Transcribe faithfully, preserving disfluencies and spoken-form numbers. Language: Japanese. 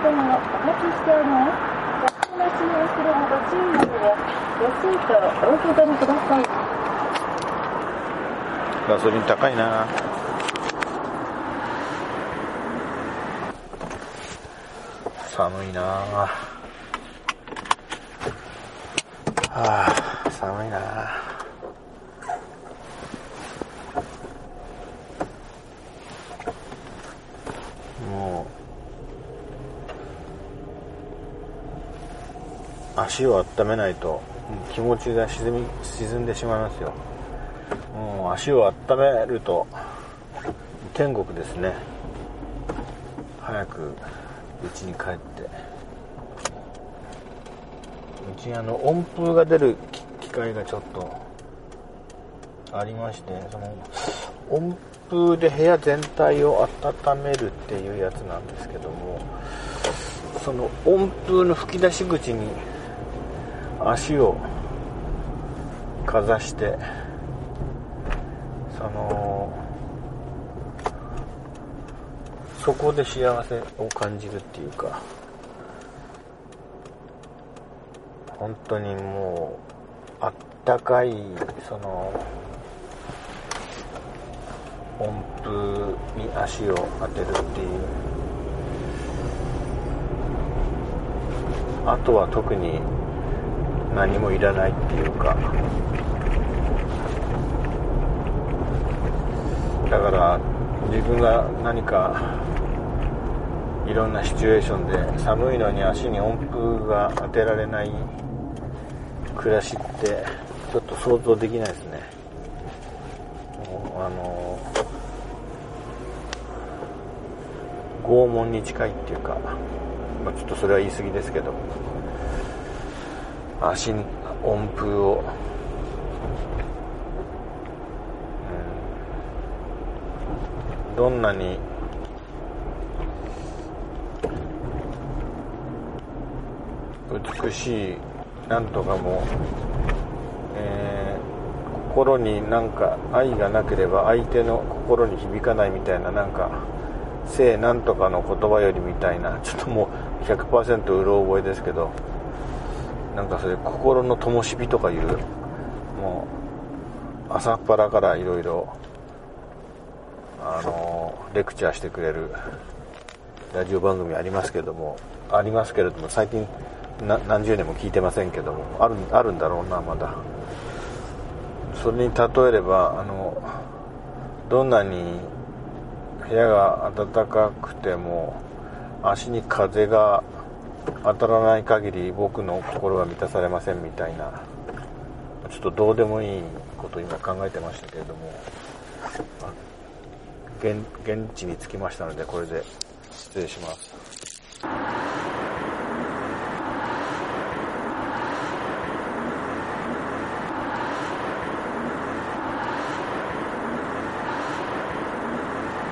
様をお待ちしております。お待ちをするご注意の上、ごシートお受け取りください。 ガソリン高いな。寒いな。はあ、寒いな。もう足を温めないと気持ちが沈み沈んでしまいますよ。もう足を温めると天国ですね。早く家に帰って、うちあの温風が出る機械がちょっとありまして、その温風で部屋全体を温めるっていうやつなんですけども、その温風の吹き出し口に足をかざして、そのそこで幸せを感じるっていうか、本当にもうあったかいその温風に足を当てるっていう、あとは特に何もいらないっていうか、だから自分が何かいろんなシチュエーションで寒いのに足に温風が当てられない暮らしってちょっと想像できないですね。もうあの拷問に近いっていうか、まあ、ちょっとそれは言い過ぎですけど、足に温風を、うん、どんなに美しいなんとかも、えー、心になんか愛がなければ相手の心に響かないみたいな、なんか聖なんとかの言葉よりみたいな、ちょっともう ひゃくパーセント うろ覚えですけど、なんかそれ心の灯火とかいう、もう朝っぱらからいろいろあのレクチャーしてくれるラジオ番組ありますけどもありますけれども最近な何十年も聞いてませんけども、あるあるんだろうな、まだ。それに例えれば、あのどんなに部屋が暖かくても足に風が当たらない限り僕の心が満たされませんみたいな、ちょっとどうでもいいことを今考えてましたけれども、現, 現地に着きましたのでこれで失礼します。